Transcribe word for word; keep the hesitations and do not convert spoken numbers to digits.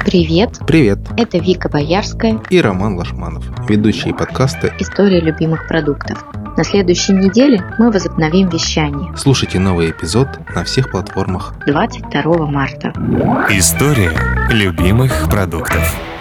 Привет! Привет! Это Вика Боярская и Роман Лашманов, ведущие подкаста «История любимых продуктов». На следующей неделе мы возобновим вещание. Слушайте новый эпизод на всех платформах двадцать второго марта. История любимых продуктов.